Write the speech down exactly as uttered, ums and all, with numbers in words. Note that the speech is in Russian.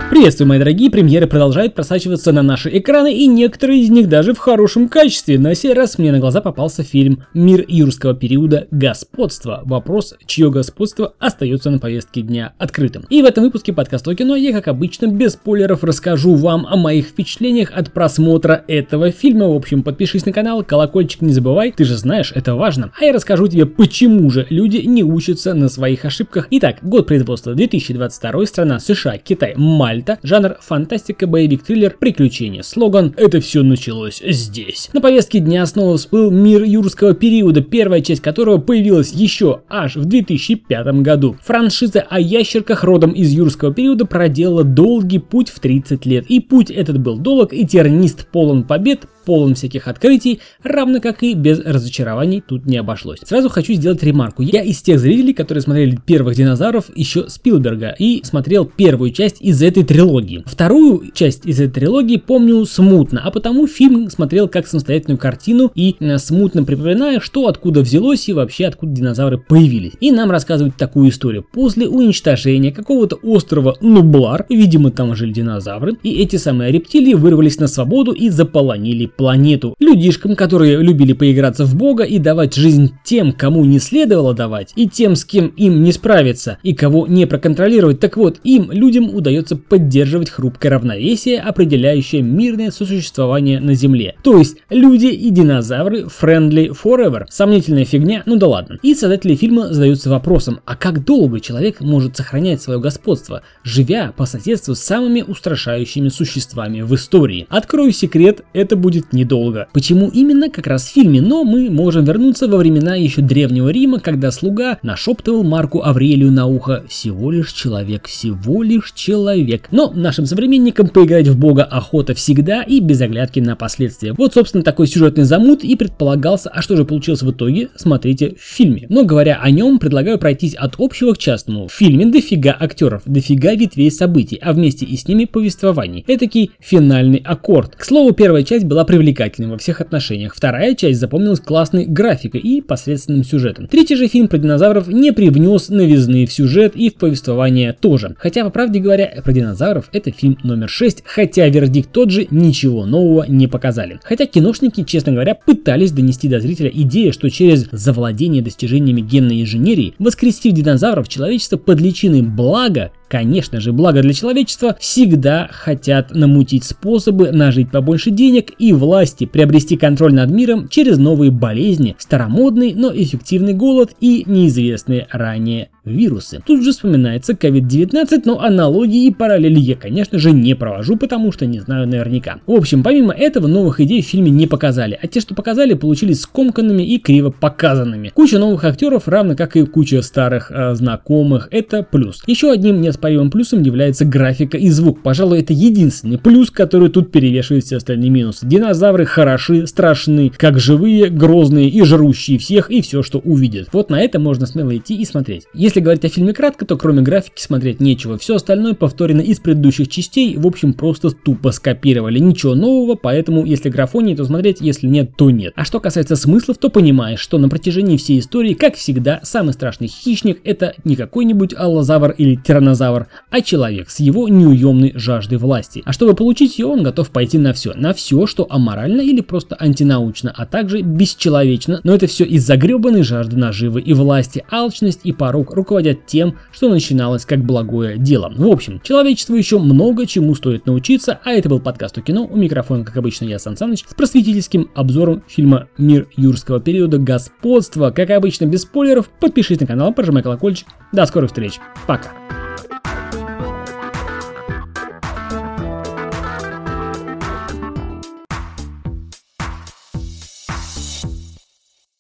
Приветствую, мои дорогие, премьеры продолжают просачиваться на наши экраны, и некоторые из них даже в хорошем качестве. На сей раз мне на глаза попался фильм «Мир юрского периода. Господство». Вопрос, чье господство остается на повестке дня открытым. И в этом выпуске подкаста о кино я, как обычно, без спойлеров расскажу вам о моих впечатлениях от просмотра этого фильма. В общем, подпишись на канал, колокольчик не забывай, ты же знаешь, это важно. А я расскажу тебе, почему же люди не учатся на своих ошибках. Итак, год производства две тысячи двадцать второй, страна США, Китай, Мальта. Жанр фантастика, боевик, триллер, приключения. Слоган «Это все началось здесь». На повестке дня снова всплыл «Мир юрского периода», первая часть которого появилась еще аж в две тысячи пятом году. Франшиза о ящерках родом из юрского периода проделала долгий путь в тридцать лет. И путь этот был долг и тернист, полон побед, полон всяких открытий, равно как и без разочарований тут не обошлось. Сразу хочу сделать ремарку. Я из тех зрителей, которые смотрели первых динозавров еще Спилберга и смотрел первую часть из этой трилогии. Вторую часть из этой трилогии помню смутно, а потому фильм смотрел как самостоятельную картину и смутно припоминая, что откуда взялось и вообще откуда динозавры появились. И нам рассказывают такую историю. После уничтожения какого-то острова Нублар, видимо там жили динозавры, и эти самые рептилии вырвались на свободу и заполонили планету. Людишкам, которые любили поиграться в бога и давать жизнь тем, кому не следовало давать, и тем, с кем им не справиться, и кого не проконтролировать, так вот, им, людям, удается поддерживать хрупкое равновесие, определяющее мирное сосуществование на Земле. То есть, люди и динозавры friendly forever. Сомнительная фигня, ну да ладно. И создатели фильма задаются вопросом, а как долго человек может сохранять свое господство, живя по соседству с самыми устрашающими существами в истории? Открою секрет, это будет недолго. Почему именно как раз в фильме, но мы можем вернуться во времена еще Древнего Рима, когда слуга нашептывал Марку Аврелию на ухо: всего лишь человек, всего лишь человек. Но нашим современникам поиграть в бога охота всегда и без оглядки на последствия. Вот, собственно, такой сюжетный замут и предполагался, а что же получилось в итоге, смотрите в фильме. Но говоря о нем, предлагаю пройтись от общего к частному. В фильме дофига актеров, дофига ветвей событий, а вместе и с ними повествований. Этакий финальный аккорд. К слову, первая часть была привлекательной во всех отношениях. Вторая часть запомнилась классной графикой и посредственным сюжетом. Третий же фильм про динозавров не привнес новизны в сюжет и в повествование тоже. Хотя, по правде говоря, про динозавров это фильм номер шесть, хотя вердикт тот же, ничего нового не показали. Хотя киношники, честно говоря, пытались донести до зрителя идею, что через завладение достижениями генной инженерии, воскресив динозавров, человечество под личиной блага, конечно же, благо для человечества, всегда хотят намутить способы нажить побольше денег и власти, приобрести контроль над миром через новые болезни, старомодный, но эффективный голод и неизвестные ранее вирусы. Тут же вспоминается ковид девятнадцать, но аналогии и параллели я, конечно же, не провожу, потому что не знаю наверняка. В общем, помимо этого, новых идей в фильме не показали, а те, что показали, получились скомканными и криво показанными. Куча новых актеров, равно как и куча старых э, знакомых, это плюс. Еще одним неоспоримым плюсом является графика и звук. Пожалуй, это единственный плюс, который тут перевешивает все остальные минусы. Динозавры хороши, страшны, как живые, грозные и жрущие всех и все, что увидят. Вот на это можно смело идти и смотреть. Если говорить о фильме кратко, то кроме графики смотреть нечего. Все остальное повторено из предыдущих частей, в общем, просто тупо скопировали. Ничего нового, поэтому если графоний, то смотреть, если нет, то нет. А что касается смыслов, то понимаешь, что на протяжении всей истории, как всегда, самый страшный хищник — это не какой-нибудь аллозавр или тираннозавр, а человек с его неуемной жаждой власти. А чтобы получить ее, он готов пойти на все. На все, что аморально или просто антинаучно, а также бесчеловечно. Но это все из-за гребаной жажды наживы и власти. Алчность и порок руководят тем, что начиналось как благое дело. В общем, человечеству еще много чему стоит научиться, а это был подкаст о кино. У микрофона, как обычно, я, Сан Саныч, с просветительским обзором фильма «Мир юрского периода. Господство». Как обычно, без спойлеров. Подпишись на канал, прожимай колокольчик. До скорых встреч. Пока.